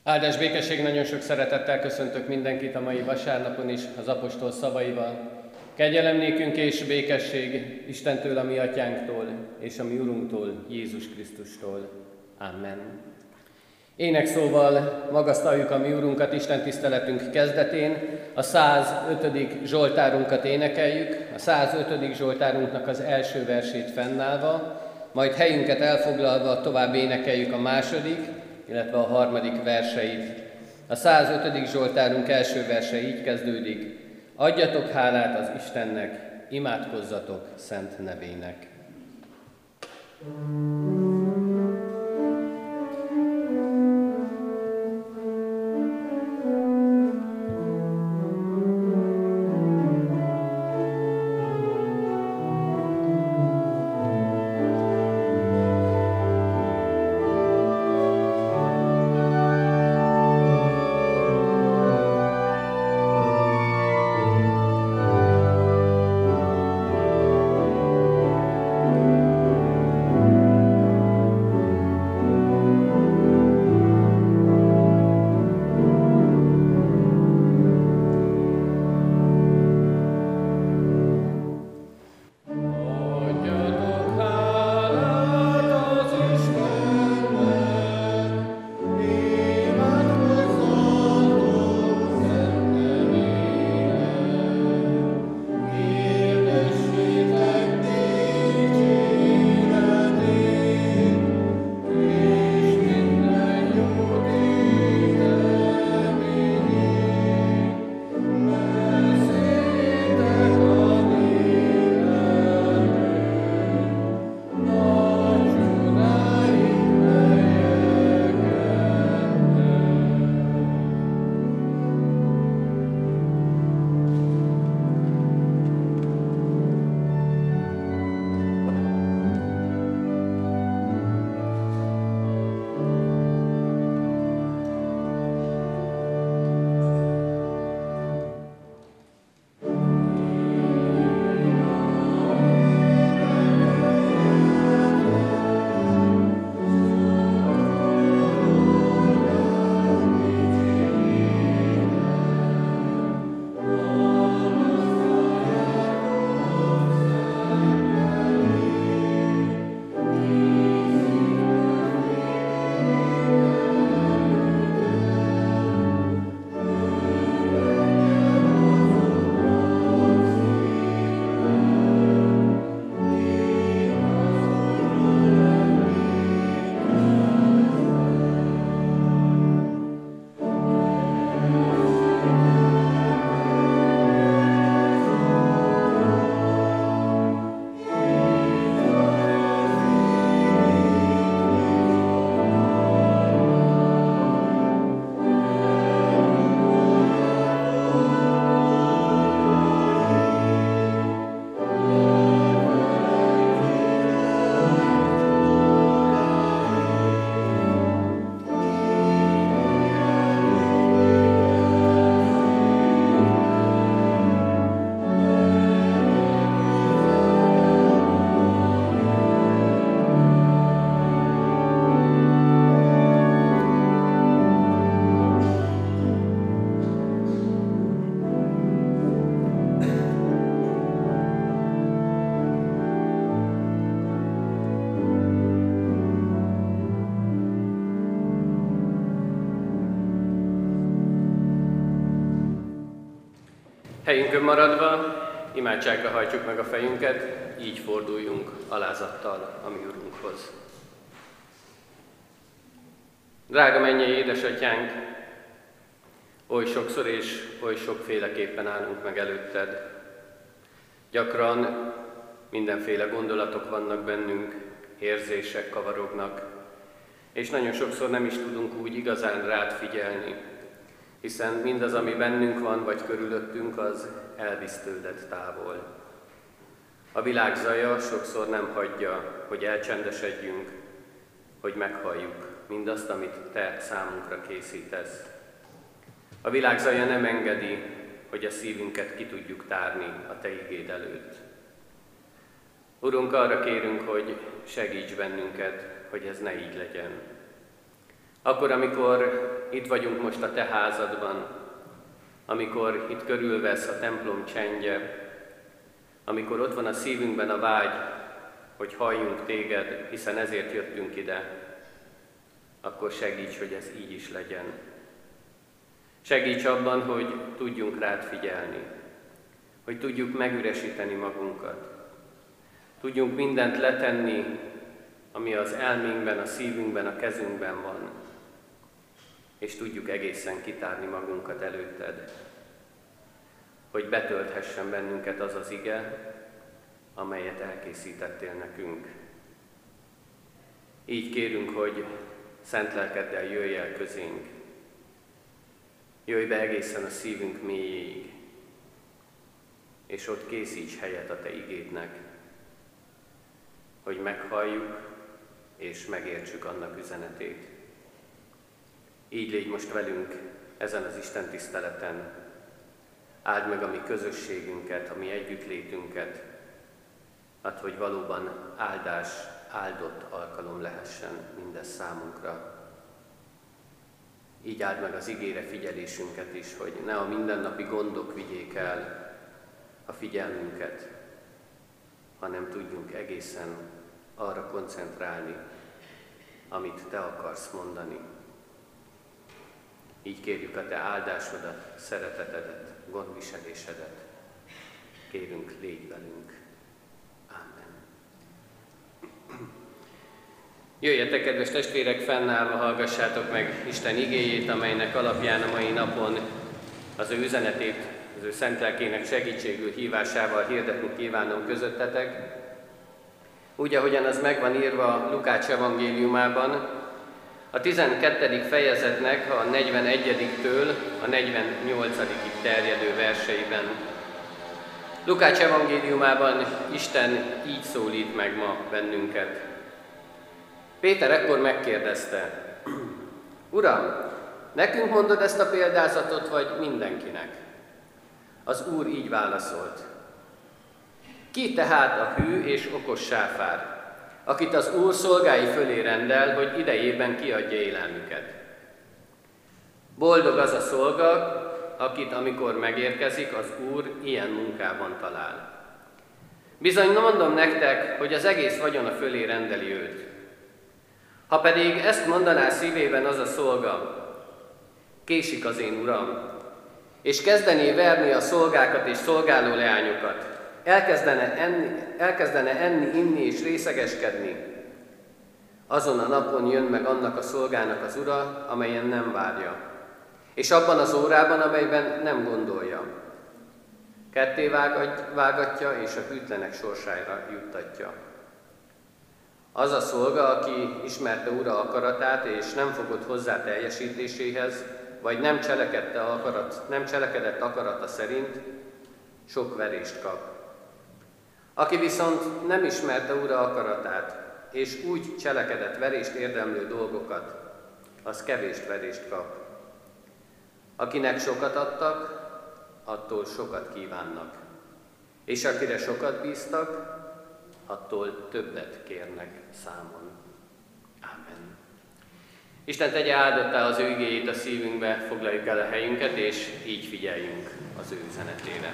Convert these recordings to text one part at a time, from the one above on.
Áldás békesség, nagyon sok szeretettel köszöntök mindenkit a mai vasárnapon is az apostol szavaival. Kegyelem nékünk és békesség Istentől, a mi atyánktól, és a mi Urunktól, Jézus Krisztustól. Amen. Énekszóval magasztaljuk a mi Urunkat Isten tiszteletünk kezdetén, a 105. Zsoltárunkat énekeljük, a 105. Zsoltárunknak az első versét fennállva, majd helyünket elfoglalva tovább énekeljük a második, illetve a harmadik verseit. A 105. Zsoltárunk első verse így kezdődik: adjatok hálát az Istennek, imádkozzatok szent nevének. Helyünkön maradva, imádságra hajtjuk meg a fejünket, így forduljunk alázattal a mi Urunkhoz. Drága mennyei édesatyánk, oly sokszor és oly sokféleképpen állunk meg előtted. Gyakran mindenféle gondolatok vannak bennünk, érzések kavarognak, és nagyon sokszor nem is tudunk úgy igazán rád figyelni, hiszen mindaz, ami bennünk van, vagy körülöttünk, az elvisz tőled távol. A világ zaja sokszor nem hagyja, hogy elcsendesedjünk, hogy meghalljuk mindazt, amit te számunkra készítesz. A világ zaja nem engedi, hogy a szívünket ki tudjuk tárni a te igéd előtt. Urunk, arra kérünk, hogy segíts bennünket, hogy ez ne így legyen. Akkor, amikor itt vagyunk most a Te házadban, amikor itt körülvesz a templom csendje, amikor ott van a szívünkben a vágy, hogy halljunk Téged, hiszen ezért jöttünk ide, akkor segíts, hogy ez így is legyen. Segíts abban, hogy tudjunk rád figyelni, hogy tudjuk megüresíteni magunkat. Tudjunk mindent letenni, ami az elménkben, a szívünkben, a kezünkben van, és tudjuk egészen kitárni magunkat előtted, hogy betölthessen bennünket az az ige, amelyet elkészítettél nekünk. Így kérünk, hogy szent lelkeddel jöjj el közénk, jöjj be egészen a szívünk mélyéig, és ott készíts helyet a Te igédnek, hogy meghalljuk és megértsük annak üzenetét. Így légy most velünk ezen az Isten tiszteleten, áld meg a mi közösségünket, a mi együttlétünket, add, hogy valóban áldás, áldott alkalom lehessen mindez számunkra. Így áld meg az igére figyelésünket is, hogy ne a mindennapi gondok vigyék el a figyelmünket, hanem tudjunk egészen arra koncentrálni, amit Te akarsz mondani. Így kérjük a Te áldásodat, szeretetedet, gondviselésedet. Kérünk, légy velünk. Amen. Jöjjetek, kedves testvérek, fennállva hallgassátok meg Isten igéjét, amelynek alapján a mai napon az ő üzenetét, az ő szent lelkének segítségül hívásával hirdetni kívánom közöttetek. Úgy, ahogyan az meg van írva Lukács evangéliumában, a 12. fejezetnek a 41-től a 48-ig terjedő verseiben. Lukács evangéliumában Isten így szólít meg ma bennünket. Péter ekkor megkérdezte: Uram, nekünk mondod ezt a példázatot, vagy mindenkinek? Az Úr így válaszolt: Ki tehát a hű és okos sáfár, akit az Úr szolgái fölé rendel, hogy idejében kiadja élelmüket? Boldog az a szolga, akit amikor megérkezik, az Úr ilyen munkában talál. Bizony mondom nektek, hogy az egész vagyona fölé rendeli őt. Ha pedig ezt mondaná szívében az a szolga: Késik az én uram, és kezdené verni a szolgákat és szolgáló leányokat, elkezdene enni, inni és részegeskedni, azon a napon jön meg annak a szolgának az ura, amelyen nem várja, és abban az órában, amelyben nem gondolja. Ketté vágatja, és a hűtlenek sorsára juttatja. Az a szolga, aki ismerte ura akaratát, és nem fogott hozzá teljesítéséhez, vagy nem cselekedett akarata szerint, sok verést kap. Aki viszont nem ismerte ura akaratát, és úgy cselekedett verést érdemlő dolgokat, az kevés verést kap. Akinek sokat adtak, attól sokat kívánnak, és akire sokat bíztak, attól többet kérnek számon. Ámen. Isten tegye áldottá az ő igéjét a szívünkbe, foglaljuk el a helyünket, és így figyeljünk az ő üzenetére.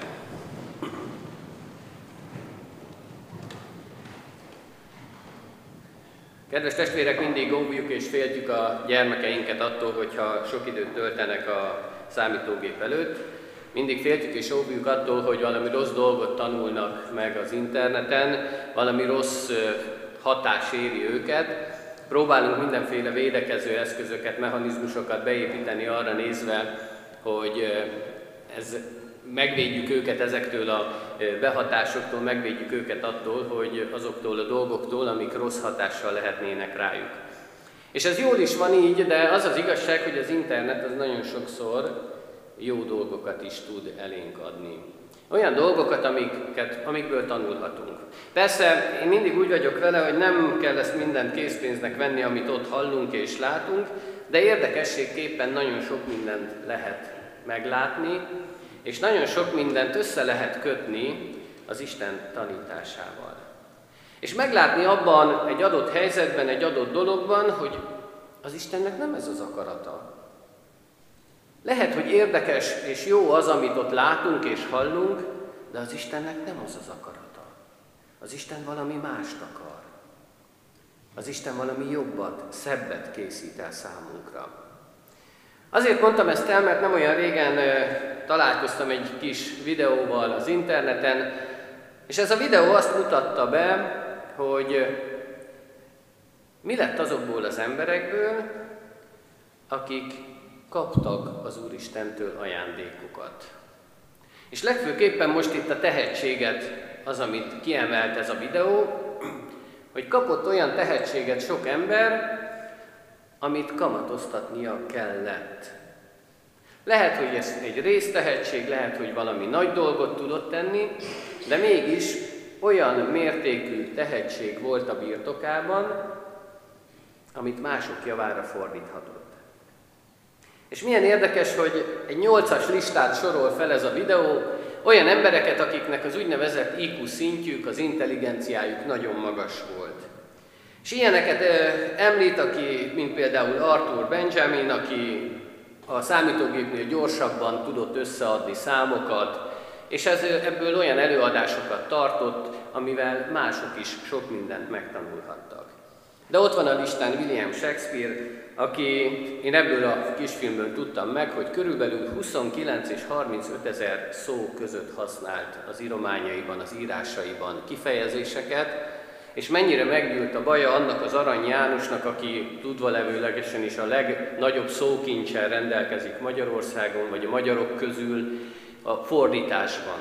Kedves testvérek, mindig óvjuk és féltjük a gyermekeinket attól, hogyha sok időt töltenek a számítógép előtt. Mindig féltjük és óvjuk attól, hogy valami rossz dolgot tanulnak meg az interneten, valami rossz hatás éri őket. Próbálunk mindenféle védekező eszközöket, mechanizmusokat beépíteni arra nézve, hogy megvédjük őket ezektől a behatásoktól, megvédjük őket attól, hogy azoktól a dolgoktól, amik rossz hatással lehetnének rájuk. És ez jól is van így, de az az igazság, hogy az internet az nagyon sokszor jó dolgokat is tud elénk adni. Olyan dolgokat, amikből tanulhatunk. Persze én mindig úgy vagyok vele, hogy nem kell ezt mindent készpénznek venni, amit ott hallunk és látunk, de érdekességképpen nagyon sok mindent lehet meglátni, és nagyon sok mindent össze lehet kötni az Isten tanításával. És meglátni abban egy adott helyzetben, egy adott dologban, hogy az Istennek nem ez az akarata. Lehet, hogy érdekes és jó az, amit ott látunk és hallunk, de az Istennek nem az az akarata. Az Isten valami mást akar. Az Isten valami jobbat, szebbet készít el számunkra. Azért mondtam ezt el, mert nem olyan régen találkoztam egy kis videóval az interneten, és ez a videó azt mutatta be, hogy mi lett azokból az emberekből, akik kaptak az Úristentől ajándékokat. És legfőképpen most itt a tehetséget az, amit kiemelt ez a videó, hogy kapott olyan tehetséget sok ember, amit kamatoztatnia kellett. Lehet, hogy ez egy résztehetség, lehet, hogy valami nagy dolgot tudott tenni, de mégis olyan mértékű tehetség volt a birtokában, amit mások javára fordíthatott. És milyen érdekes, hogy egy 8-as listát sorol fel ez a videó, olyan embereket, akiknek az úgynevezett IQ szintjük, az intelligenciájuk nagyon magas volt. És ilyeneket említ, mint például Arthur Benjamin, aki a számítógépnél gyorsabban tudott összeadni számokat, és ebből olyan előadásokat tartott, amivel mások is sok mindent megtanulhattak. De ott van a listán William Shakespeare, aki, én ebből a kisfilmből tudtam meg, hogy körülbelül 29 és 35 ezer szó között használt az írományaiban, az írásaiban kifejezéseket, és mennyire meggyűlt a baja annak az Arany Jánosnak, aki tudvalevőlegesen is a legnagyobb szókincsel rendelkezik Magyarországon, vagy a magyarok közül a fordításban.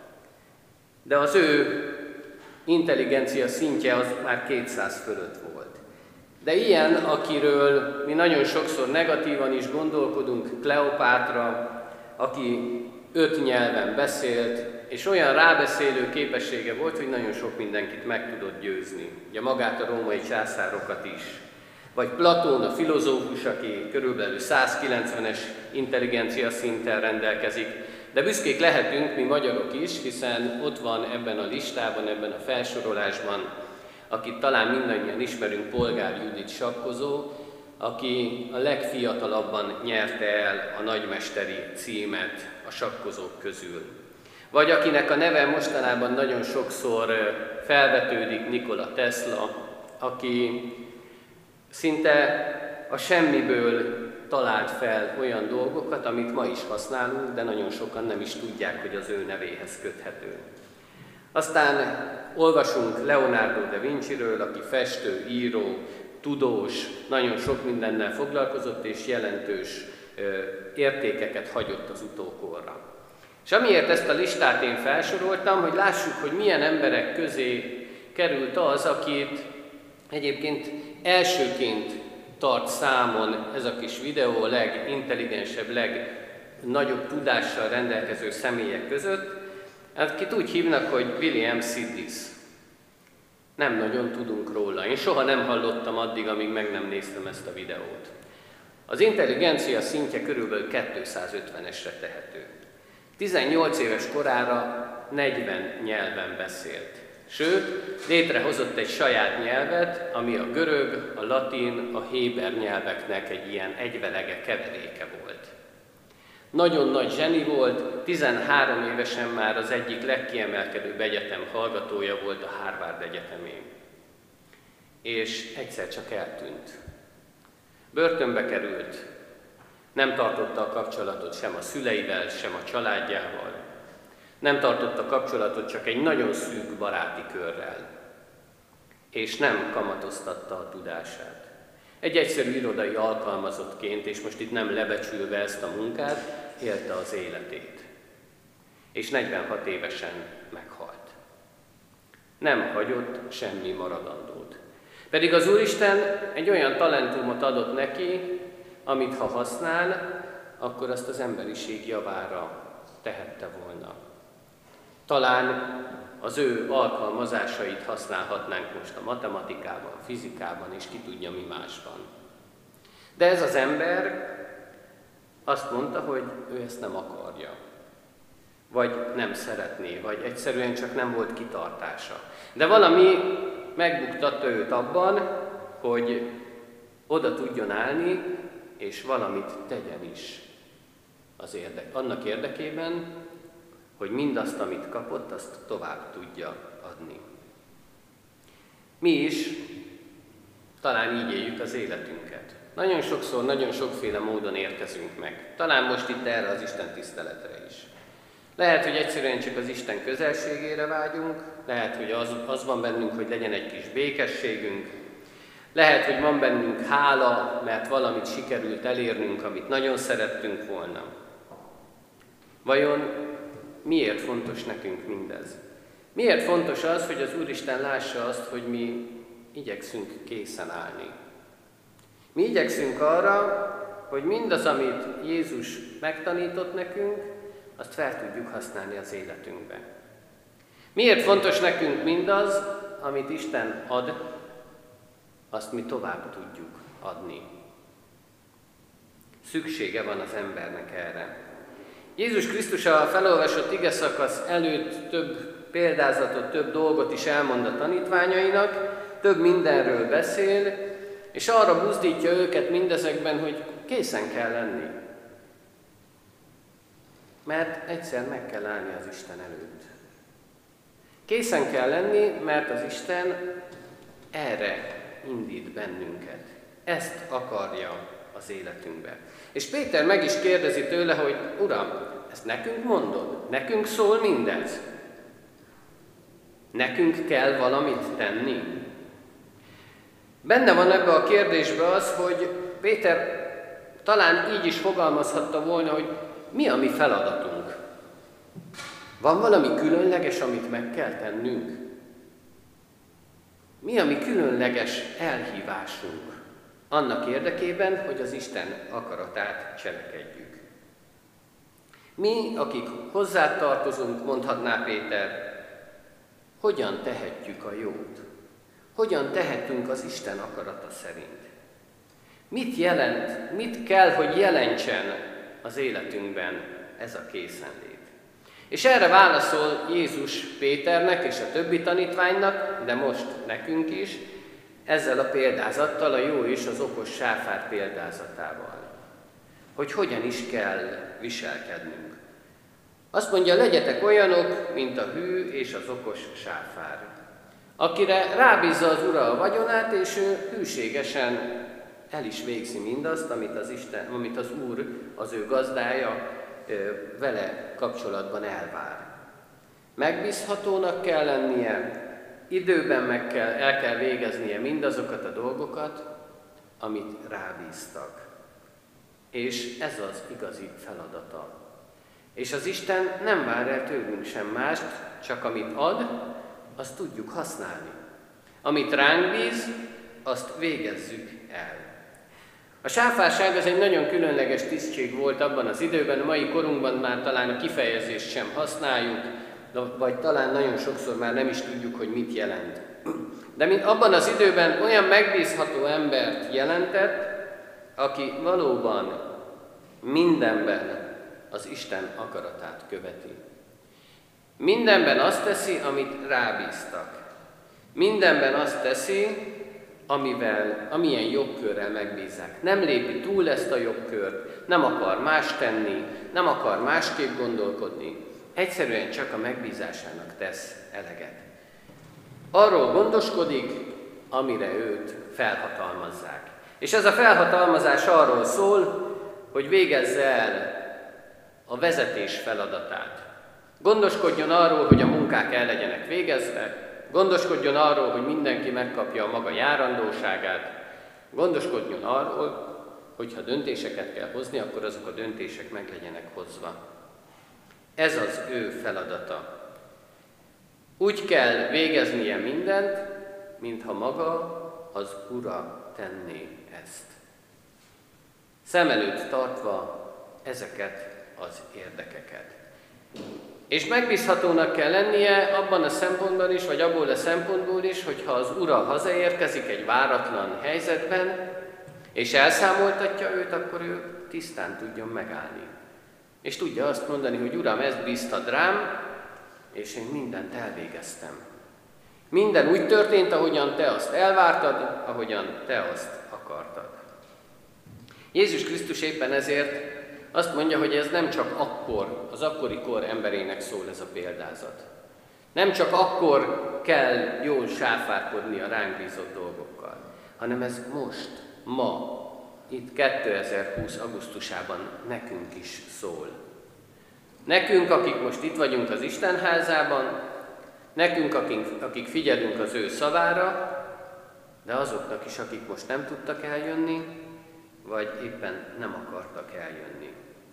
De az ő intelligencia szintje az már 200 fölött volt. De ilyen, akiről mi nagyon sokszor negatívan is gondolkodunk, Kleopátra, aki 5 nyelven beszélt, és olyan rábeszélő képessége volt, hogy nagyon sok mindenkit meg tudott győzni. Ugye magát a római császárokat is. Vagy Platón, a filozófus, aki körülbelül 190-es intelligencia szinten rendelkezik. De büszkék lehetünk mi magyarok is, hiszen ott van ebben a listában, ebben a felsorolásban, akit talán mindannyian ismerünk, Polgár Judit sakkozó, aki a legfiatalabban nyerte el a nagymesteri címet a sakkozók közül. Vagy akinek a neve mostanában nagyon sokszor felvetődik, Nikola Tesla, aki szinte a semmiből talált fel olyan dolgokat, amit ma is használunk, de nagyon sokan nem is tudják, hogy az ő nevéhez köthető. Aztán olvasunk Leonardo da Vinciről, aki festő, író, tudós, nagyon sok mindennel foglalkozott, és jelentős értékeket hagyott az utókorra. És amiért ezt a listát én felsoroltam, hogy lássuk, hogy milyen emberek közé került az, akit egyébként elsőként tart számon ez a kis videó a legintelligensebb, legnagyobb tudással rendelkező személyek között, akit úgy hívnak, hogy William Sidis. Nem nagyon tudunk róla. Én soha nem hallottam addig, amíg meg nem néztem ezt a videót. Az intelligencia szintje körülbelül 250-esre tehető. 18 éves korára 40 nyelven beszélt. Sőt, létrehozott egy saját nyelvet, ami a görög, a latin, a héber nyelveknek egy ilyen egyvelege, keveréke volt. Nagyon nagy zseni volt, 13 évesen már az egyik legkiemelkedőbb egyetem hallgatója volt a Harvard Egyetemén. És egyszer csak eltűnt. Börtönbe került, nem tartotta a kapcsolatot sem a szüleivel, sem a családjával. Nem tartotta kapcsolatot csak egy nagyon szűk baráti körrel. És nem kamatoztatta a tudását. Egy egyszerű irodai alkalmazottként, és most itt nem lebecsülve ezt a munkát, élte az életét. És 46 évesen meghalt. Nem hagyott semmi maradandót. Pedig az Úristen egy olyan talentumot adott neki, amit ha használ, akkor azt az emberiség javára tehette volna. Talán az ő alkalmazásait használhatnánk most a matematikában, fizikában és ki tudja mi másban. De ez az ember azt mondta, hogy ő ezt nem akarja, vagy nem szeretné, vagy egyszerűen csak nem volt kitartása. De valami megbuktatta őt abban, hogy oda tudjon állni, és valamit tegyen is annak érdekében, hogy mindazt, amit kapott, azt tovább tudja adni. Mi is talán így éljük az életünket. Nagyon sokszor, nagyon sokféle módon érkezünk meg. Talán most itt erre az Isten tiszteletre is. Lehet, hogy egyszerűen csak az Isten közelségére vágyunk, lehet, hogy az van bennünk, hogy legyen egy kis békességünk, lehet, hogy van bennünk hála, mert valamit sikerült elérnünk, amit nagyon szerettünk volna. Vajon miért fontos nekünk mindez? Miért fontos az, hogy az Úristen lássa azt, hogy mi igyekszünk készen állni? Mi igyekszünk arra, hogy mindaz, amit Jézus megtanított nekünk, azt fel tudjuk használni az életünkbe. Miért fontos nekünk mindaz, amit Isten ad, azt mi tovább tudjuk adni? Szüksége van az embernek erre. Jézus Krisztus a felolvasott igeszakasz előtt több példázatot, több dolgot is elmond a tanítványainak, több mindenről beszél, és arra buzdítja őket mindezekben, hogy készen kell lenni. Mert egyszer meg kell állni az Isten előtt. Készen kell lenni, mert az Isten erre indít bennünket. Ezt akarja az életünkbe. És Péter meg is kérdezi tőle, hogy Uram, ezt nekünk mondod? Nekünk szól mindez? Nekünk kell valamit tenni? Benne van ebbe a kérdésbe az, hogy Péter talán így is fogalmazhatta volna, hogy mi a mi feladatunk? Van valami különleges, amit meg kell tennünk? Mi a mi különleges elhívásunk annak érdekében, hogy az Isten akaratát cselekedjük? Mi, akik hozzátartozunk, mondhatná Péter, hogyan tehetjük a jót? Hogyan tehetünk az Isten akarata szerint? Mit jelent, mit kell, hogy jelentsen az életünkben ez a készenlét? És erre válaszol Jézus Péternek és a többi tanítványnak, de most nekünk is, ezzel a példázattal, a jó és az okos sáfár példázatával. Hogy hogyan is kell viselkednünk. Azt mondja, legyetek olyanok, mint a hű és az okos sáfár, akire rábízza az Ura a vagyonát, és ő hűségesen el is végzi mindazt, amit az Úr, az ő gazdája vele kapcsolatban elvár. Megbízhatónak kell lennie, időben el kell végeznie mindazokat a dolgokat, amit rábíztak. És ez az igazi feladata. És az Isten nem vár el tőlünk sem mást, csak amit ad, azt tudjuk használni. Amit ránk bíz, azt végezzük el. A sáfárság az egy nagyon különleges tisztség volt abban az időben, a mai korunkban már talán a kifejezést sem használjuk, vagy talán nagyon sokszor már nem is tudjuk, hogy mit jelent. De abban az időben olyan megbízható embert jelentett, aki valóban mindenben az Isten akaratát követi. Mindenben azt teszi, amit rábíztak. Mindenben azt teszi, amilyen jogkörrel megbízzák. Nem lépi túl ezt a jogkört, nem akar más tenni, nem akar másképp gondolkodni. Egyszerűen csak a megbízásának tesz eleget. Arról gondoskodik, amire őt felhatalmazzák. És ez a felhatalmazás arról szól, hogy végezze el a vezetés feladatát. Gondoskodjon arról, hogy a munkák el legyenek végezve, gondoskodjon arról, hogy mindenki megkapja a maga járandóságát, gondoskodjon arról, hogy ha döntéseket kell hozni, akkor azok a döntések meg legyenek hozva. Ez az ő feladata. Úgy kell végeznie mindent, mintha maga az Ura tenné ezt. Szem előtt tartva ezeket az érdekeket. És megbízhatónak kell lennie abban a szempontban is, vagy abból a szempontból is, hogyha az Ura hazaérkezik egy váratlan helyzetben, és elszámoltatja őt, akkor ő tisztán tudjon megállni. És tudja azt mondani, hogy Uram, ezt bíztad rám, és én mindent elvégeztem. Minden úgy történt, ahogyan te azt elvártad, ahogyan te azt akartad. Jézus Krisztus éppen ezért azt mondja, hogy ez nem csak akkor, az akkori kor emberének szól ez a példázat. Nem csak akkor kell jól sáfárkodni a ránk bízott dolgokkal, hanem ez most, ma, itt 2020. augusztusában nekünk is szól. Nekünk, akik most itt vagyunk az Istenházában, nekünk, akik figyelünk az ő szavára, de azoknak is, akik most nem tudtak eljönni, vagy éppen nem akartak eljönni.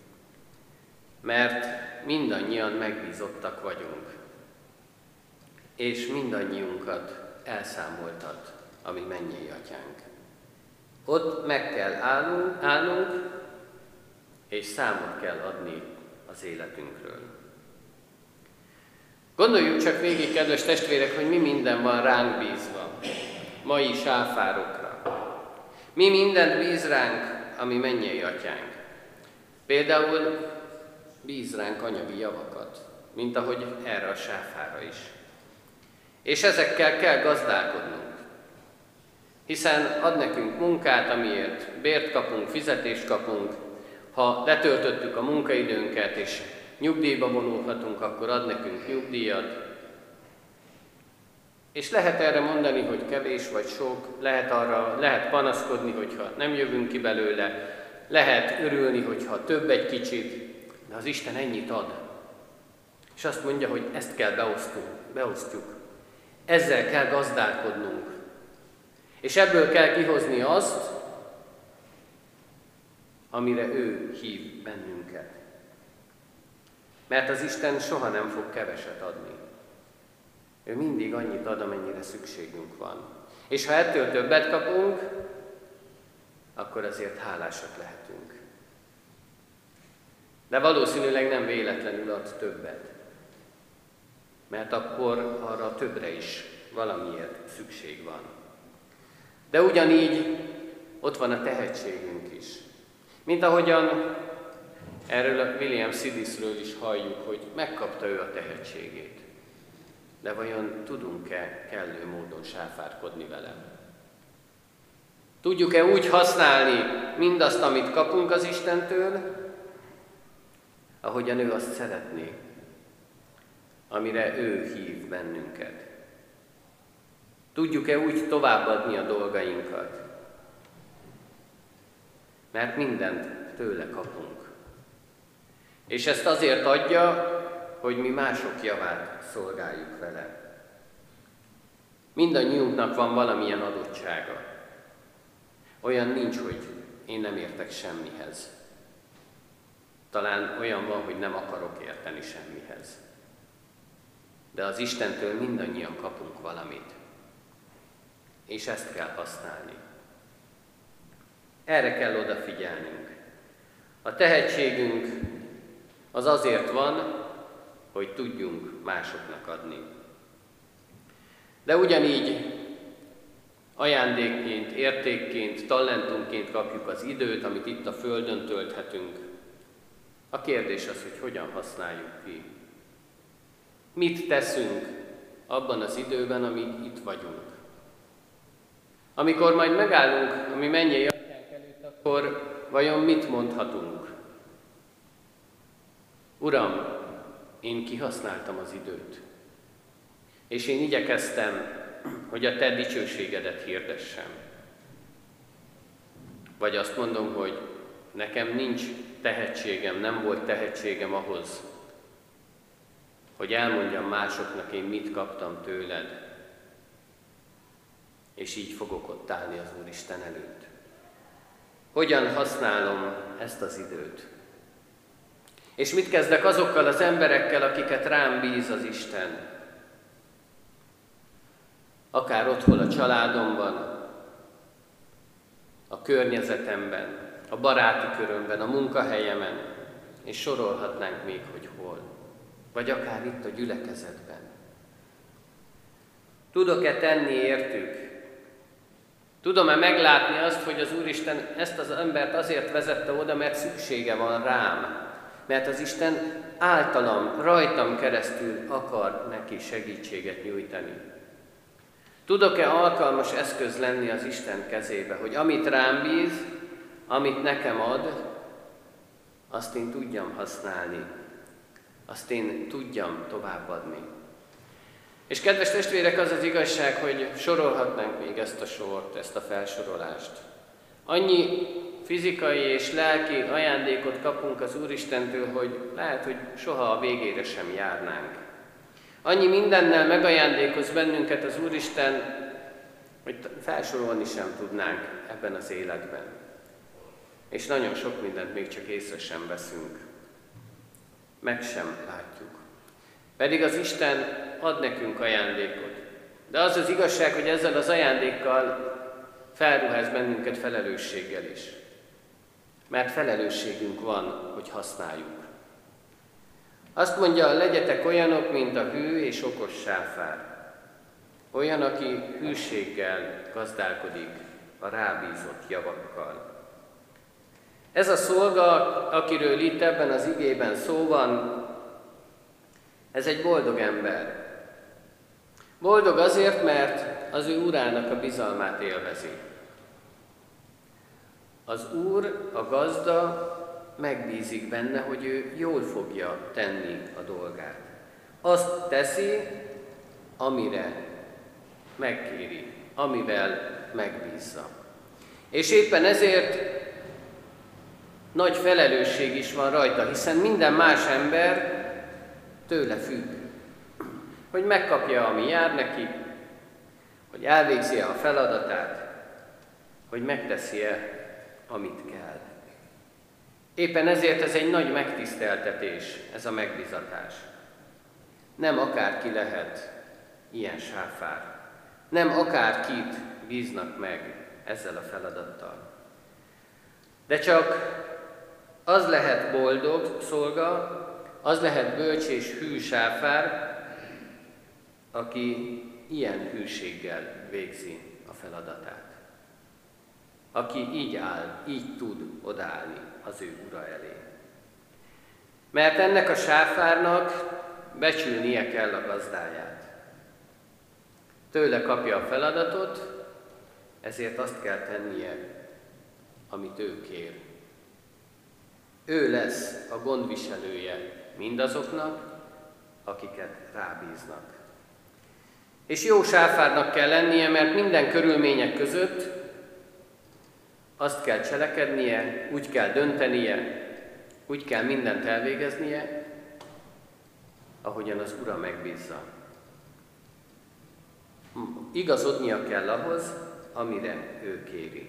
Mert mindannyian megbízottak vagyunk, és mindannyiunkat elszámoltat a mi mennyei Atyánk. Ott meg kell állnunk, és számot kell adni az életünkről. Gondoljuk csak végig, kedves testvérek, hogy mi minden van ránk bízva, mai sáfárokra. Mi mindent bíz ránk, ami mennyei Atyánk. Például bíz ránk anyagi javakat, mint ahogy erre a sáfára is. És ezekkel kell gazdálkodnunk. Hiszen ad nekünk munkát, amiért bért kapunk, fizetést kapunk. Ha letöltöttük a munkaidőnket és nyugdíjba vonulhatunk, akkor ad nekünk nyugdíjat. És lehet erre mondani, hogy kevés vagy sok, lehet panaszkodni, hogyha nem jövünk ki belőle, lehet örülni, hogyha több egy kicsit, de az Isten ennyit ad. És azt mondja, hogy ezt kell beosztjuk. Ezzel kell gazdálkodnunk. És ebből kell kihozni azt, amire ő hív bennünket. Mert az Isten soha nem fog keveset adni. Ő mindig annyit ad, amennyire szükségünk van. És ha ettől többet kapunk, akkor azért hálásak lehetünk. De valószínűleg nem véletlenül ad többet. Mert akkor arra többre is valamiért szükség van. De ugyanígy ott van a tehetségünk is. Mint ahogyan erről a William Sidisről is halljuk, hogy megkapta ő a tehetségét. De vajon tudunk-e kellő módon sáfárkodni vele? Tudjuk-e úgy használni mindazt, amit kapunk az Istentől, ahogyan ő azt szeretné, amire ő hív bennünket? Tudjuk-e úgy továbbadni a dolgainkat? Mert mindent tőle kapunk. És ezt azért adja, hogy mi mások javát szolgáljuk vele. Mindannyiunknak van valamilyen adottsága. Olyan nincs, hogy én nem értek semmihez. Talán olyan van, hogy nem akarok érteni semmihez. De az Istentől mindannyian kapunk valamit. És ezt kell használni. Erre kell odafigyelnünk. A tehetségünk az azért van, hogy tudjunk másoknak adni. De ugyanígy ajándékként, értékként, talentumként kapjuk az időt, amit itt a Földön tölthetünk. A kérdés az, hogy hogyan használjuk ki. Mit teszünk abban az időben, amíg itt vagyunk. Amikor majd megállunk a mi mennyei Atyánk előtt, akkor vajon mit mondhatunk? Uram, én kihasználtam az időt, és én igyekeztem, hogy a te dicsőségedet hirdessem. Vagy azt mondom, hogy nekem nincs tehetségem, nem volt tehetségem ahhoz, hogy elmondjam másoknak, én mit kaptam tőled, és így fogok ott állni az Úristen előtt. Hogyan használom ezt az időt? És mit kezdek azokkal az emberekkel, akiket rám bíz az Isten? Akár otthon a családomban, a környezetemben, a baráti körömben, a munkahelyemen, és sorolhatnánk még, hogy hol. Vagy akár itt a gyülekezetben. Tudok-e tenni értük? Tudom-e meglátni azt, hogy az Úristen ezt az embert azért vezette oda, mert szüksége van rám? Mert az Isten általam, rajtam keresztül akar neki segítséget nyújtani. Tudok-e alkalmas eszköz lenni az Isten kezébe, hogy amit rám bíz, amit nekem ad, azt én tudjam használni, azt én tudjam továbbadni. És kedves testvérek, az az igazság, hogy sorolhatnánk még ezt a sort, ezt a felsorolást. Annyi fizikai és lelki ajándékot kapunk az Úristentől, hogy lehet, hogy soha a végére sem járnánk. Annyi mindennel megajándékoz bennünket az Úristen, hogy felsorolni sem tudnánk ebben az életben. És nagyon sok mindent még csak észre sem veszünk. Meg sem látjuk. Pedig az Isten ad nekünk ajándékot. De az az igazság, hogy ezzel az ajándékkal felruház bennünket felelősséggel is. Mert felelősségünk van, hogy használjuk. Azt mondja, legyetek olyanok, mint a hű és okos sáfár. Olyan, aki hűséggel gazdálkodik a rábízott javakkal. Ez a szolga, akiről itt ebben az igében szó van, ez egy boldog ember. Boldog azért, mert az ő urának a bizalmát élvezi. Az úr, a gazda megbízik benne, hogy ő jól fogja tenni a dolgát. Azt teszi, amire megkéri, amivel megbízza. És éppen ezért nagy felelősség is van rajta, hiszen minden más ember tőle függ, hogy megkapja, ami jár neki, hogy elvégzi-e a feladatát, hogy megteszi-e, amit kell. Éppen ezért ez egy nagy megtiszteltetés, ez a megbízatás. Nem akárki lehet ilyen sáfár. Nem akárkit bíznak meg ezzel a feladattal. De csak az lehet boldog szolga, az lehet bölcs és hű sáfár, aki ilyen hűséggel végzi a feladatát. Aki így áll, így tud odaállni az ő ura elé. Mert ennek a sáfárnak becsülnie kell a gazdáját. Tőle kapja a feladatot, ezért azt kell tennie, amit ő kér. Ő lesz a gondviselője mindazoknak, akiket rábíznak. És jó sáfárnak kell lennie, mert minden körülmények között azt kell cselekednie, úgy kell döntenie, úgy kell mindent elvégeznie, ahogyan az Ura megbízza. Igazodnia kell ahhoz, amire ő kéri.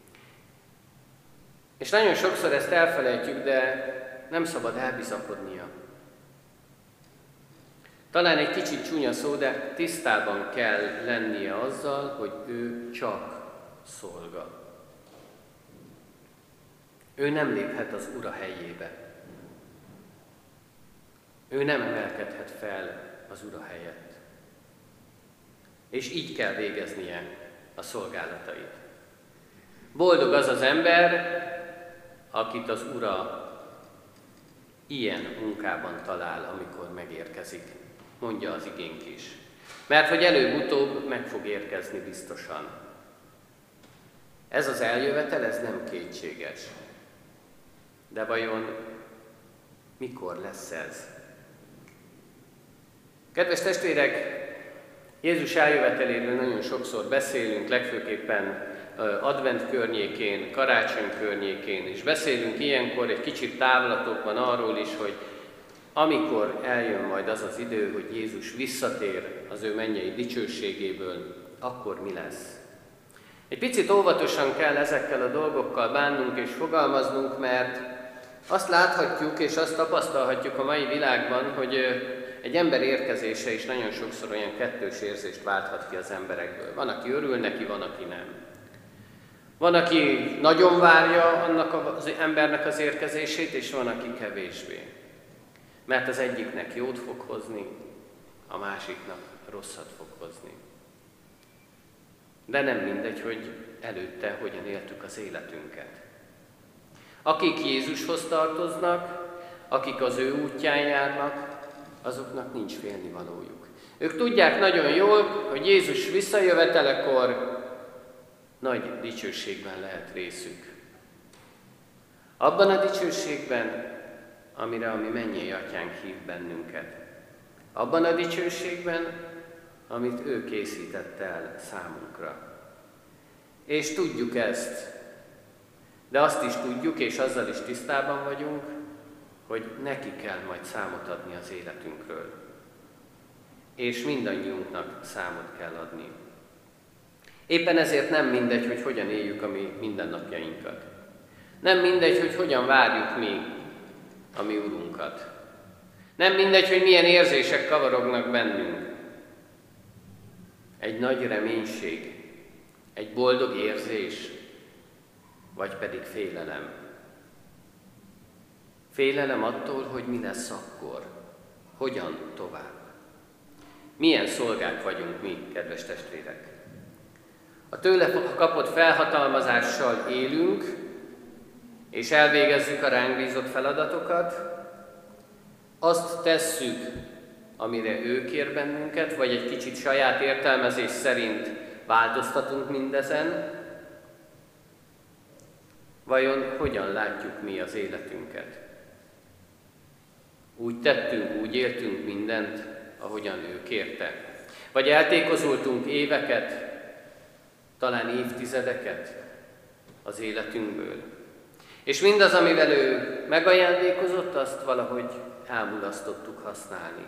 És nagyon sokszor ezt elfelejtjük, de nem szabad elbizakodnia. Talán egy kicsit csúnya szó, de tisztában kell lennie azzal, hogy ő csak szolga. Ő nem léphet az Ura helyébe. Ő nem emelkedhet fel az Ura helyett. És így kell végeznie a szolgálatait. Boldog az az ember, akit az Ura ilyen munkában talál, amikor megérkezik, mondja az igénk is. Mert hogy előbb-utóbb meg fog érkezni biztosan. Ez az eljövetel, ez nem kétséges. De vajon mikor lesz ez? Kedves testvérek, Jézus eljöveteléről nagyon sokszor beszélünk, legfőképpen advent környékén, karácsony környékén, és beszélünk ilyenkor egy kicsit távlatokban arról is, hogy amikor eljön majd az az idő, hogy Jézus visszatér az ő mennyei dicsőségéből, akkor mi lesz? Egy picit óvatosan kell ezekkel a dolgokkal bánnunk és fogalmaznunk, mert azt láthatjuk és azt tapasztalhatjuk a mai világban, hogy egy ember érkezése is nagyon sokszor olyan kettős érzést válthat ki az emberekből. Van, aki örül neki, van, aki nem. Van, aki nagyon várja annak az embernek az érkezését, és van, aki kevésbé. Mert az egyiknek jót fog hozni, a másiknak rosszat fog hozni. De nem mindegy, hogy előtte hogyan éltük az életünket. Akik Jézushoz tartoznak, akik az ő útján járnak, azoknak nincs félnivalójuk. Ők tudják nagyon jól, hogy Jézus visszajövetelekor nagy dicsőségben lehet részük. Abban a dicsőségben, amire a mi mennyei atyánk hív bennünket. Abban a dicsőségben, amit ő készített el számunkra. És tudjuk ezt, de azt is tudjuk, és azzal is tisztában vagyunk, hogy neki kell majd számot adni az életünkről. És mindannyiunknak számot kell adni. Éppen ezért nem mindegy, hogy hogyan éljük a mi mindennapjainkat. Nem mindegy, hogy hogyan várjuk mi a mi Urunkat. Nem mindegy, hogy milyen érzések kavarognak bennünk. Egy nagy reménység, egy boldog érzés, vagy pedig félelem. Félelem attól, hogy mi lesz akkor, hogyan tovább. Milyen szolgák vagyunk mi, kedves testvérek. A tőle kapott felhatalmazással élünk, és elvégezzük a ránk bízott feladatokat, azt tesszük, amire ő kér bennünket, vagy egy kicsit saját értelmezés szerint változtatunk mindezen, vajon hogyan látjuk mi az életünket? Úgy tettünk, úgy éltünk mindent, ahogyan ő kérte. Vagy eltékozultunk éveket, talán évtizedeket az életünkből. És mindaz, amivel ő megajándékozott, azt valahogy elmulasztottuk használni.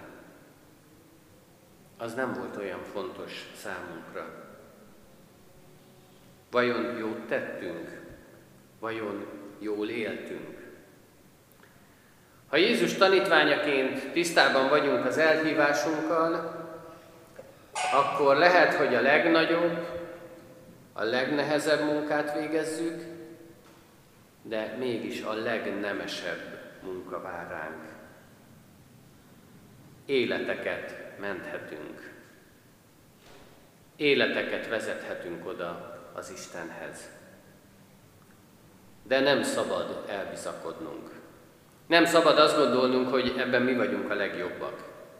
Az nem volt olyan fontos számunkra. Vajon jót tettünk? Vajon jól éltünk? Ha Jézus tanítványaként tisztában vagyunk az elhívásunkkal, akkor lehet, hogy a legnagyobb, a legnehezebb munkát végezzük, de mégis a legnemesebb munka vár ránk. Életeket menthetünk. Életeket vezethetünk oda az Istenhez. De nem szabad elbizakodnunk. Nem szabad azt gondolnunk, hogy ebben mi vagyunk a legjobbak.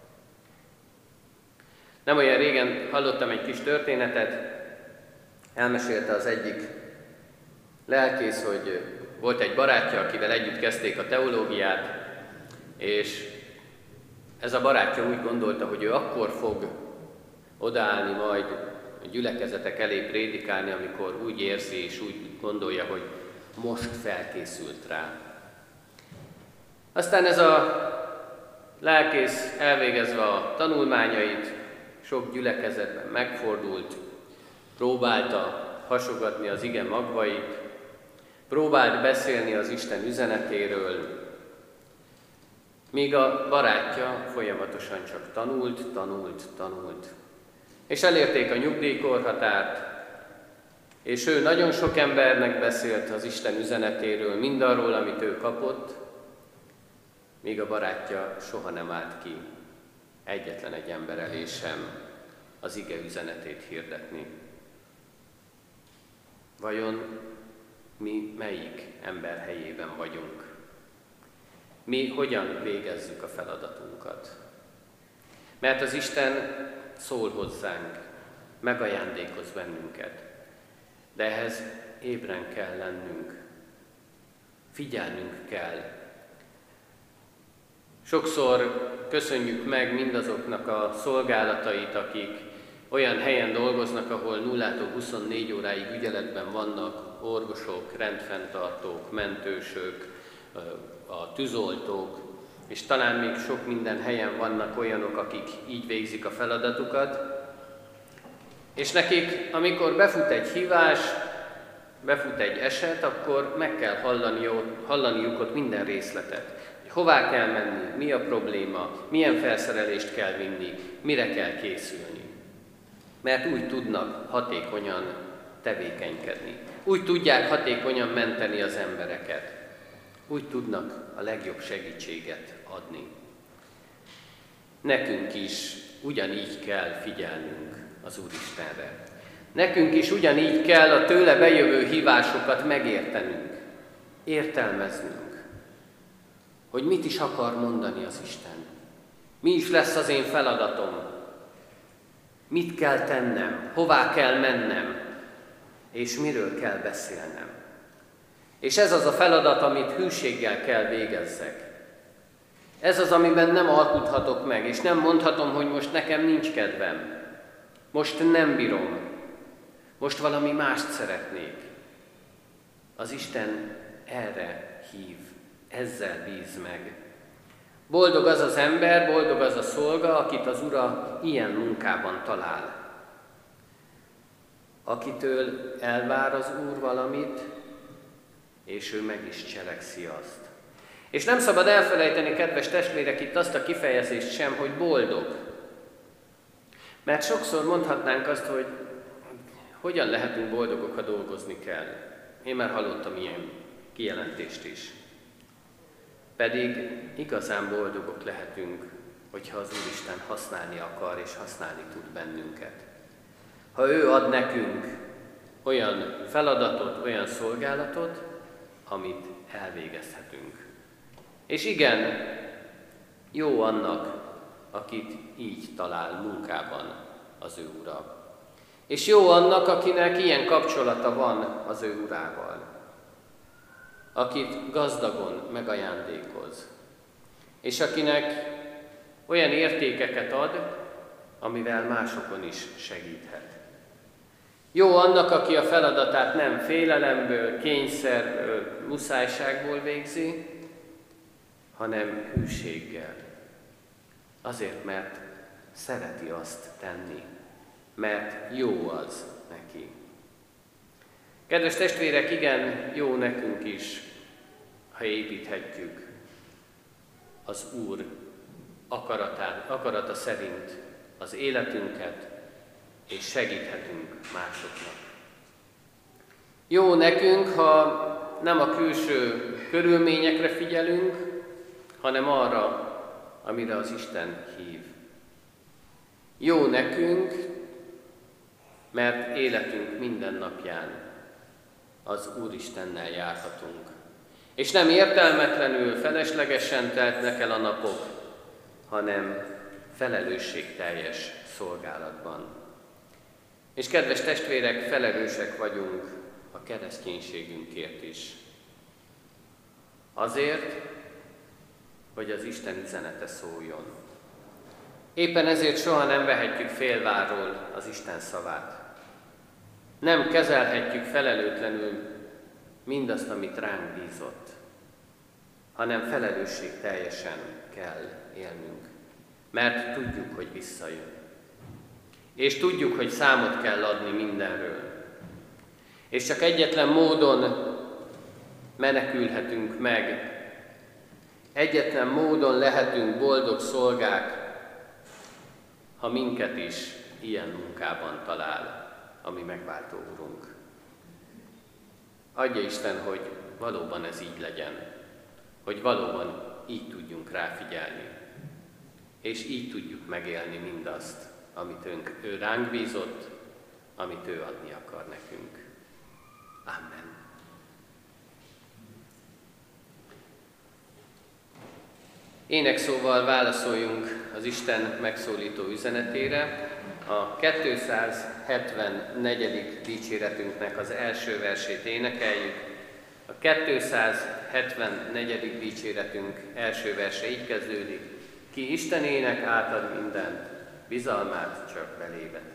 Nem olyan régen hallottam egy kis történetet, elmesélte az egyik lelkész, hogy volt egy barátja, akivel együtt kezdték a teológiát, és ez a barátja úgy gondolta, hogy ő akkor fog odaállni majd a gyülekezetek elé prédikálni, amikor úgy érzi és úgy gondolja, hogy most felkészült rá. Aztán ez a lelkész elvégezve a tanulmányait, sok gyülekezetben megfordult, próbálta hasogatni az ige magvait, próbált beszélni az Isten üzenetéről, míg a barátja folyamatosan csak tanult. És elérték a nyugdíjkorhatárt, és ő nagyon sok embernek beszélt az Isten üzenetéről, mindarról, amit ő kapott, míg a barátja soha nem állt ki egyetlen egy ember elé sem az ige üzenetét hirdetni. Vajon mi melyik ember helyében vagyunk? Mi hogyan végezzük a feladatunkat? Mert az Isten szól hozzánk, megajándékoz bennünket, de ehhez ébren kell lennünk, figyelnünk kell. Sokszor köszönjük meg mindazoknak a szolgálatait, akik olyan helyen dolgoznak, ahol 0-tól 24 óráig ügyeletben vannak orvosok, rendfenntartók, mentősök, a tűzoltók, és talán még sok minden helyen vannak olyanok, akik így végzik a feladatukat, és nekik, amikor befut egy hívás, befut egy eset, akkor meg kell hallaniuk ott minden részletet. Hová kell menni, mi a probléma, milyen felszerelést kell vinni, mire kell készülni. Mert úgy tudnak hatékonyan tevékenykedni. Úgy tudják hatékonyan menteni az embereket. Úgy tudnak a legjobb segítséget adni. Nekünk is ugyanígy kell figyelnünk az Úristenre. Nekünk is ugyanígy kell a tőle bejövő hívásokat megértenünk, értelmeznünk, hogy mit is akar mondani az Isten. Mi is lesz az én feladatom, mit kell tennem, hová kell mennem, és miről kell beszélnem. És ez az a feladat, amit hűséggel kell végezzek. Ez az, amiben nem alkudhatok meg, és nem mondhatom, hogy most nekem nincs kedvem. Most nem bírom. Most valami mást szeretnék. Az Isten erre hív, ezzel bíz meg. Boldog az az ember, boldog az a szolga, akit az Ura ilyen munkában talál. Akitől elvár az Úr valamit, és ő meg is cselekszi azt. És nem szabad elfelejteni, kedves testvérek, itt azt a kifejezést sem, hogy boldog. Mert sokszor mondhatnánk azt, hogy hogyan lehetünk boldogok, ha dolgozni kell. Én már hallottam ilyen kijelentést is. Pedig igazán boldogok lehetünk, hogyha az Úristen használni akar és használni tud bennünket. Ha ő ad nekünk olyan feladatot, olyan szolgálatot, amit elvégezhetünk. És igen, jó annak, akit így talál munkában az ő Ura. És jó annak, akinek ilyen kapcsolata van az ő Urával. Akit gazdagon megajándékoz. És akinek olyan értékeket ad, amivel másokon is segíthet. Jó annak, aki a feladatát nem félelemből, kényszerből, muszájságból végzi, hanem hűséggel. Azért, mert szereti azt tenni, mert jó az neki. Kedves testvérek, igen, jó nekünk is, ha építhetjük az Úr akarata szerint az életünket, és segíthetünk másoknak. Jó nekünk, ha nem a külső körülményekre figyelünk, hanem arra, amire az Isten hív. Jó nekünk, mert életünk minden napján az Úristennel járhatunk. És nem értelmetlenül, feleslegesen teltnek el a napok, hanem felelősségteljes szolgálatban. És kedves testvérek, felelősek vagyunk a kereszténységünkért is. Azért, hogy az Isten üzenete szóljon. Éppen ezért soha nem vehetjük félváról az Isten szavát. Nem kezelhetjük felelőtlenül mindazt, amit ránk bízott, hanem felelősségteljesen kell élnünk, mert tudjuk, hogy visszajön. És tudjuk, hogy számot kell adni mindenről. És csak egyetlen módon menekülhetünk meg, egyetlen módon lehetünk boldog szolgák, ha minket is ilyen munkában talál a mi megváltó Urunk. Adja Isten, hogy valóban ez így legyen, hogy valóban így tudjunk ráfigyelni, és így tudjuk megélni mindazt, amit ő ránk bízott, amit ő adni akar nekünk. Amen. Énekszóval válaszoljunk az Isten megszólító üzenetére. A 274. dicséretünknek az első versét énekeljük. A 274. dicséretünk első verse így kezdődik. Ki Istenének átad mindent, bizalmát csak belé veti.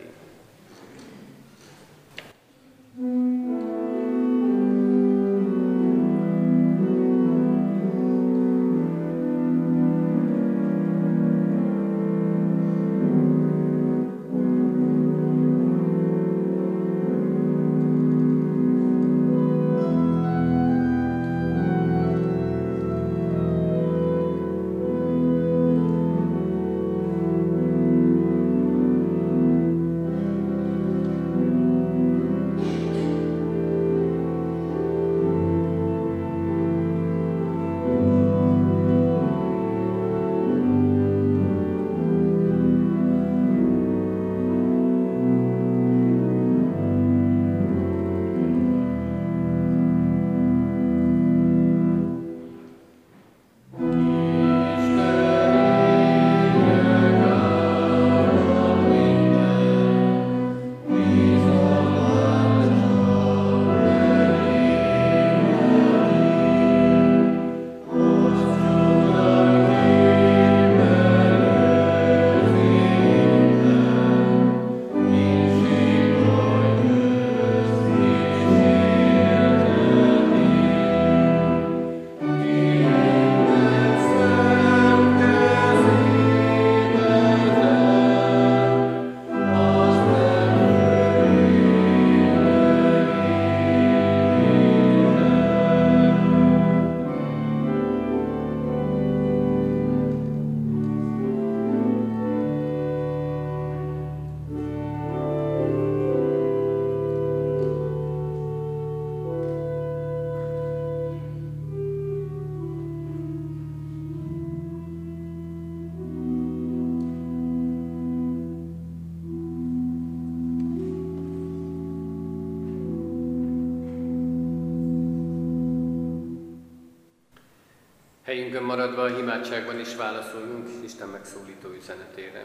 Helyünkön maradva a imádságban is válaszoljunk Isten megszólító üzenetére.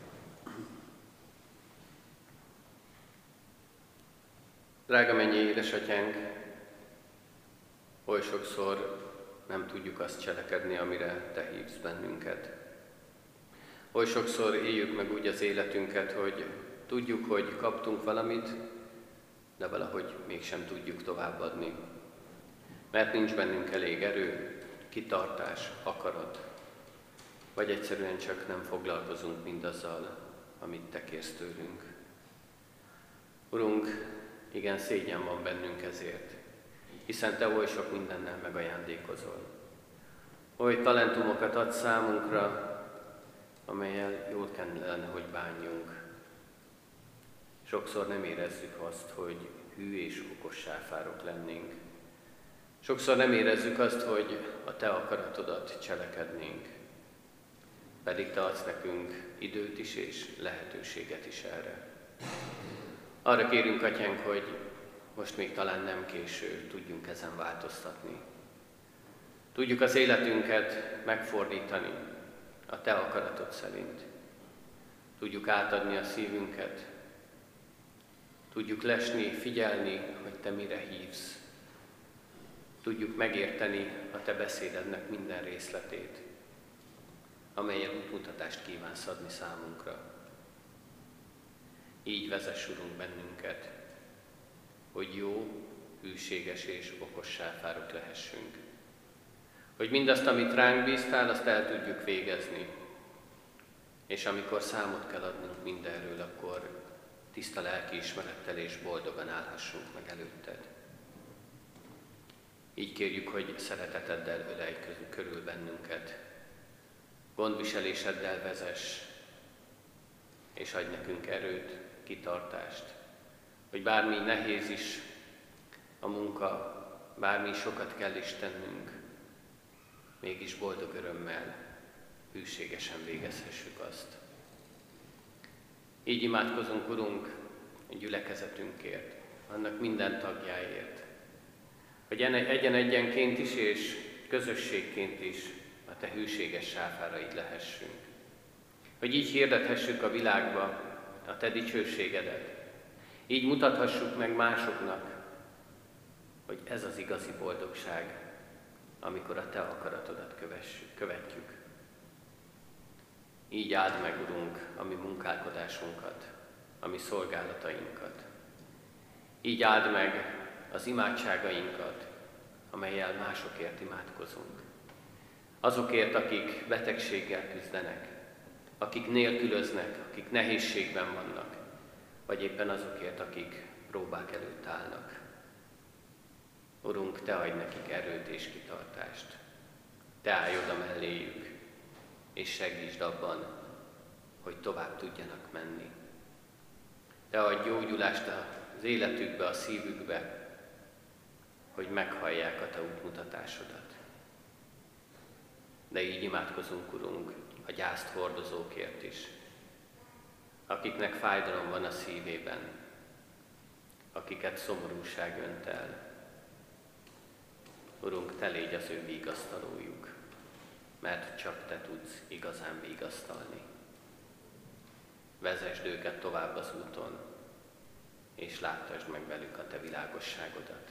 Drága mennyei édesatyánk, oly sokszor nem tudjuk azt cselekedni, amire Te hívsz bennünket. Oly sokszor éljük meg úgy az életünket, hogy tudjuk, hogy kaptunk valamit, de valahogy mégsem tudjuk továbbadni. Mert nincs bennünk elég erő, kitartás, akarat, vagy egyszerűen csak nem foglalkozunk mindazzal, amit Te kérsz tőlünk. Urunk, igen, szégyen van bennünk ezért, hiszen Te oly sok mindennel megajándékozol. Oly talentumokat adsz számunkra, amellyel jól kellene, hogy bánjunk. Sokszor nem érezzük azt, hogy hű és okos sáfárok lennénk. Sokszor nem érezzük azt, hogy a Te akaratodat cselekednénk. Pedig Te adsz nekünk időt is és lehetőséget is erre. Arra kérünk, Atyánk, hogy most még talán nem késő, tudjunk ezen változtatni. Tudjuk az életünket megfordítani a Te akaratod szerint. Tudjuk átadni a szívünket. Tudjuk lesni, figyelni, hogy Te mire hívsz. Tudjuk megérteni a Te beszédednek minden részletét, amelyen útmutatást kívánsz adni számunkra. Így vezess, Urunk, bennünket, hogy jó, hűséges és okos sáfárok lehessünk. Hogy mindazt, amit ránk bíztál, azt el tudjuk végezni. És amikor számot kell adnunk mindenről, akkor tiszta lelkiismerettel és boldogan állhassunk meg előtted. Így kérjük, hogy szereteteddel ölelj körül bennünket, gondviseléseddel vezess, és adj nekünk erőt, kitartást, hogy bármi nehéz is a munka, bármi sokat kell is tennünk, mégis boldog örömmel, hűségesen végezhessük azt. Így imádkozunk, Urunk, a gyülekezetünkért, annak minden tagjáért, hogy egyen-egyenként is és közösségként is a Te hűséges sáfáraid lehessünk. Hogy így hirdethessük a világba a Te dicsőségedet. Így mutathassuk meg másoknak, hogy ez az igazi boldogság, amikor a Te akaratodat követjük. Így áld meg, Urunk, a mi munkálkodásunkat, a mi szolgálatainkat. Így áld meg az imádságainkat, amellyel másokért imádkozunk. Azokért, akik betegséggel küzdenek, akik nélkülöznek, akik nehézségben vannak, vagy éppen azokért, akik próbák előtt állnak. Urunk, Te adj nekik erőt és kitartást. Te állj oda melléjük, és segítsd abban, hogy tovább tudjanak menni. Te adj gyógyulást az életükbe, a szívükbe, hogy meghallják a Te útmutatásodat. De így imádkozunk, Urunk, a gyászt hordozókért is, akiknek fájdalom van a szívében, akiket szomorúság önt el. Urunk, Te légy az ő vigasztalójuk, mert csak Te tudsz igazán vigasztalni. Vezesd őket tovább az úton, és láttasd meg velük a Te világosságodat.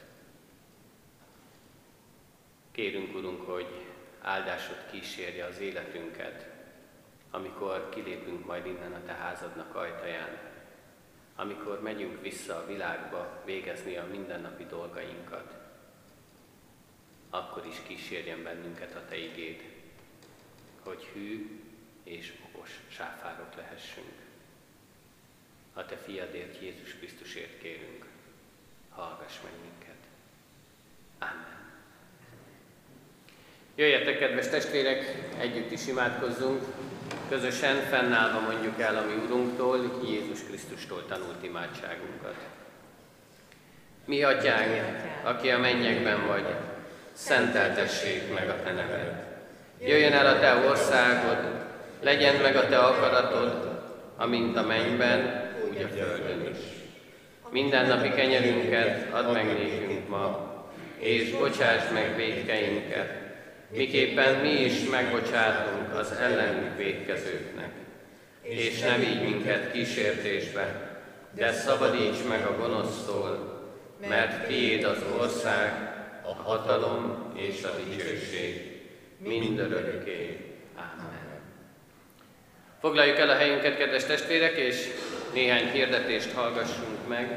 Kérünk, Urunk, hogy áldásod kísérje az életünket, amikor kilépünk majd innen a Te házadnak ajtaján, amikor megyünk vissza a világba végezni a mindennapi dolgainkat, akkor is kísérjen bennünket a Te igéd, hogy hű és okos sáfárok lehessünk. A Te fiadért, Jézus Krisztusért kérünk, hallgass meg minket. Amen. Jöjjetek, kedves testvérek, együtt is imádkozzunk, közösen fennállva mondjuk el a mi Urunktól, Jézus Krisztustól tanult imádságunkat. Mi Atyánk, aki a mennyekben vagy, szenteltessék meg a Te neved. Jöjjön el a Te országod, legyen meg a Te akaratod, amint a mennyben, úgy a földön is. Mindennapi kenyerünket add meg nékünk ma, és bocsásd meg vétkeinket, miképpen mi is megbocsátunk az ellenünk vétkezőknek. És ne vigy minket kísértésbe, de szabadíts meg a gonosztól, mert tiéd az ország, a hatalom és a dicsőség mindörökké. Amen. Foglaljuk el a helyünket, kedves testvérek, és néhány hirdetést hallgassunk meg.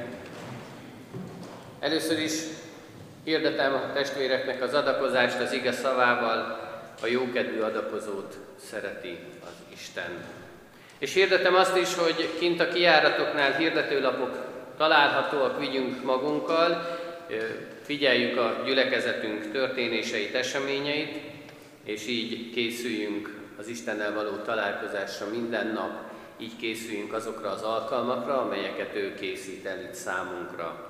Először is hirdetem a testvéreknek az adakozást az ige szavával, a jókedvű adakozót szereti az Isten. És hirdetem azt is, hogy kint a kijáratoknál hirdetőlapok találhatóak, vigyünk magunkkal, figyeljük a gyülekezetünk történéseit, eseményeit, és így készüljünk az Istennel való találkozásra minden nap, így készüljünk azokra az alkalmakra, amelyeket ő készít el itt számunkra,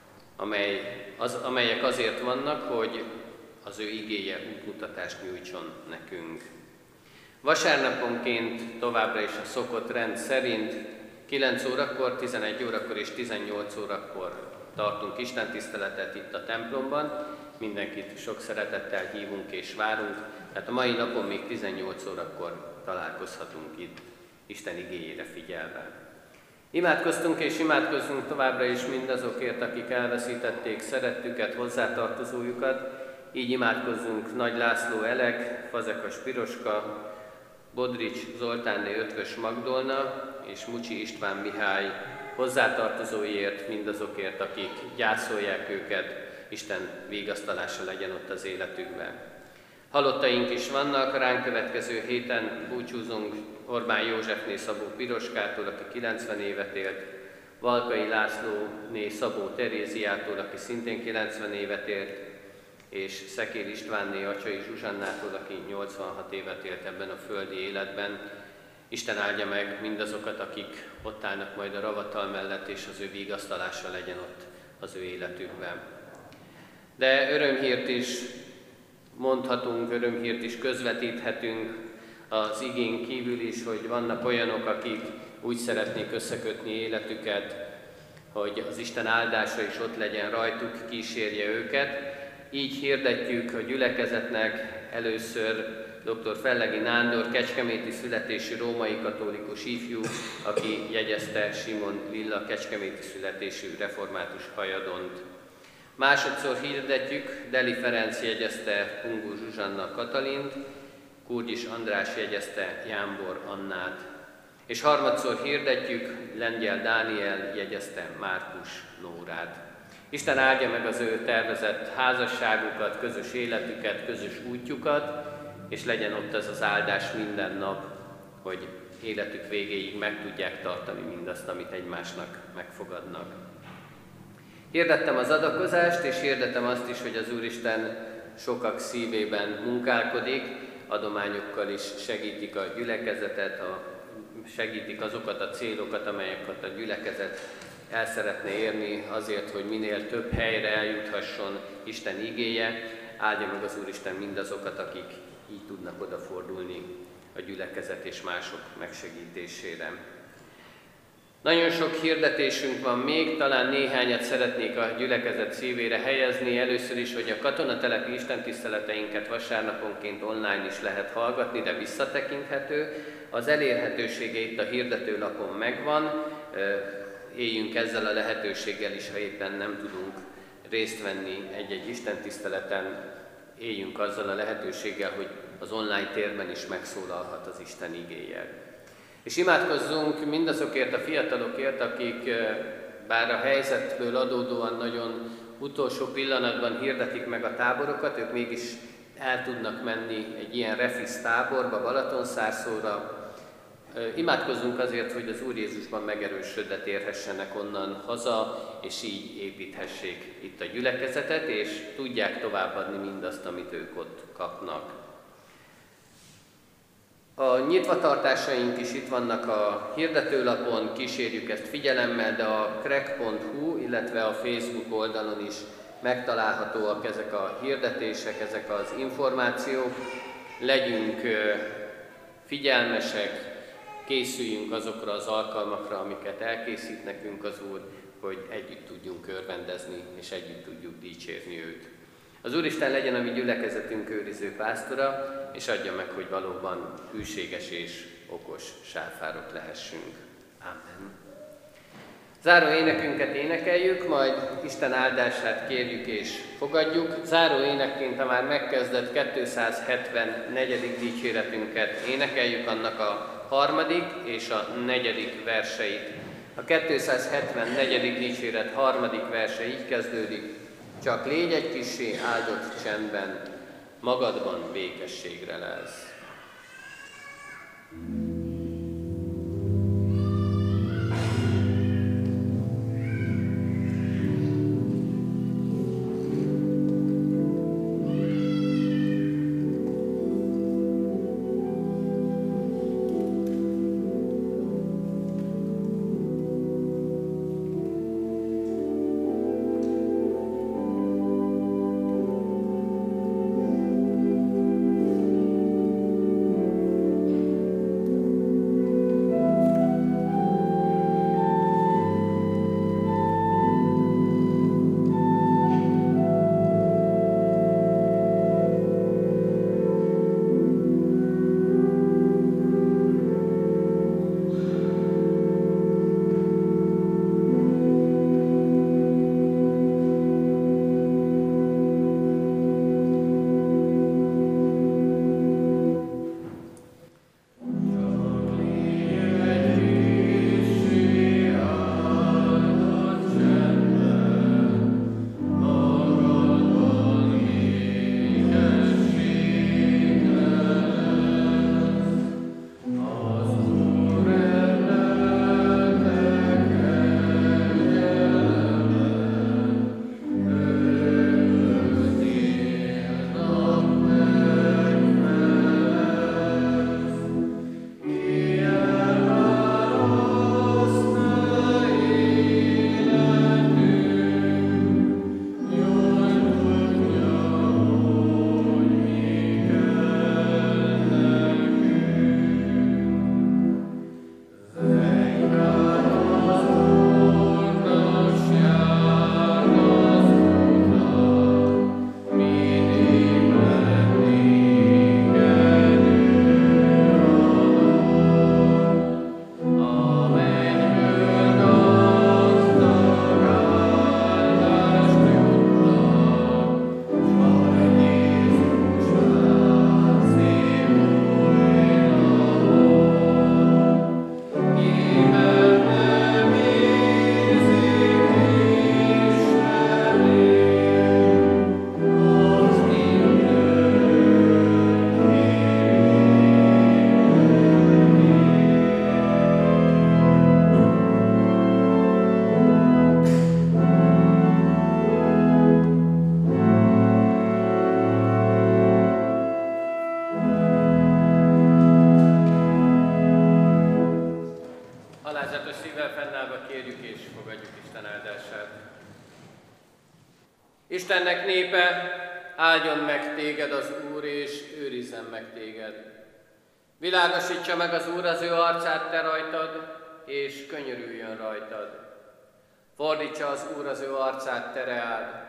amelyek azért vannak, hogy az ő igéje útmutatást nyújtson nekünk. Vasárnaponként továbbra is a szokott rend szerint 9 órakor, 11 órakor és 18 órakor tartunk istentiszteletet itt a templomban. Mindenkit sok szeretettel hívunk és várunk, tehát a mai napon még 18 órakor találkozhatunk itt, Isten igéjére figyelve. Imádkoztunk és imádkozzunk továbbra is mindazokért, akik elveszítették szerettüket, hozzátartozójukat. Így imádkozzunk Nagy László Elek, Fazekas Piroska, Bodrics Zoltánné Ötvös Magdolna és Mucsi István Mihály hozzátartozóiért, mindazokért, akik gyászolják őket, Isten vigasztalása legyen ott az életükben. Halottaink is vannak, ránk következő héten búcsúzunk Orbán Józsefné Szabó Piroskától, aki 90 évet élt, Valkai Lászlóné Szabó Teréziától, aki szintén 90 évet élt, és Szekér Istvánné Acsai Zsuzsannától, aki 86 évet élt ebben a földi életben. Isten áldja meg mindazokat, akik ott állnak majd a ravatal mellett, és az ő vigasztalása legyen ott az ő életükben. De örömhírt is mondhatunk, örömhírt is közvetíthetünk az igén kívül is, hogy vannak olyanok, akik úgy szeretnék összekötni életüket, hogy az Isten áldása is ott legyen rajtuk, kísérje őket. Így hirdetjük a gyülekezetnek először dr. Fellegi Nándor, kecskeméti születésű római katolikus ifjú, aki jegyezte Simon Lilla kecskeméti születésű református hajadont. Másodszor hirdetjük, Deli Ferenc jegyezte Pungó Zsuzsanna Katalint, Kurgyis András jegyezte Jámbor Annát. És harmadszor hirdetjük, Lengyel Dániel jegyezte Márkus Nórát. Isten áldja meg az ő tervezett házasságukat, közös életüket, közös útjukat, és legyen ott ez az áldás minden nap, hogy életük végéig meg tudják tartani mindazt, amit egymásnak megfogadnak. Hirdettem az adakozást, és hirdetem azt is, hogy az Úristen sokak szívében munkálkodik, adományokkal is segítik a gyülekezetet, segítik azokat a célokat, amelyeket a gyülekezet el szeretne érni azért, hogy minél több helyre eljuthasson Isten igéje. Áldja meg az Úristen mindazokat, akik így tudnak odafordulni a gyülekezet és mások megsegítésére. Nagyon sok hirdetésünk van még, talán néhányat szeretnék a gyülekezet szívére helyezni. Először is, hogy a katonatelepi istentiszteleteinket vasárnaponként online is lehet hallgatni, de visszatekinthető. Az elérhetősége itt a hirdetőlapon megvan. Éljünk ezzel a lehetőséggel is, ha éppen nem tudunk részt venni egy-egy istentiszteleten, éljünk azzal a lehetőséggel, hogy az online térben is megszólalhat az Isten igéje. És imádkozzunk mindazokért a fiatalokért, akik bár a helyzetből adódóan nagyon utolsó pillanatban hirdetik meg a táborokat, ők mégis el tudnak menni egy ilyen refisz táborba, Balatonszárszóra. Imádkozzunk azért, hogy az Úr Jézusban megerősödve térhessenek onnan haza, és így építhessék itt a gyülekezetet, és tudják továbbadni mindazt, amit ők ott kapnak. A nyitvatartásaink is itt vannak a hirdetőlapon, kísérjük ezt figyelemmel, de a krek.hu, illetve a Facebook oldalon is megtalálhatóak ezek a hirdetések, ezek az információk. Legyünk figyelmesek, készüljünk azokra az alkalmakra, amiket elkészít nekünk az Úr, hogy együtt tudjunk örvendezni, és együtt tudjuk dicsérni őt. Az Úristen legyen a mi gyülekezetünk őriző pásztora, és adja meg, hogy valóban hűséges és okos sáfárok lehessünk. Amen. Záró énekünket énekeljük, majd Isten áldását kérjük és fogadjuk. Záró énekként a már megkezdett 274. dicséretünket énekeljük, annak a 3. és a 4. verseit. A 274. dicséret 3. verse így kezdődik: csak légy egy kissé áldott csendben, magadban békességre lelsz. Istennek népe, áldjon meg téged az Úr, és őrizzen meg téged. Világosítsa meg az Úr az ő arcát te rajtad, és könyörüljön rajtad. Fordítsa az Úr az ő arcát te reád,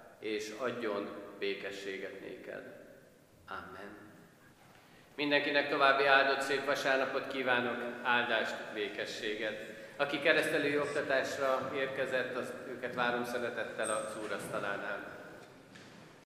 és adjon békességet néked. Amen. Mindenkinek további áldott szép vasárnapot kívánok, áldást, békességet. Aki keresztelői oktatásra érkezett, őket várom szeretettel az úrasztalánál.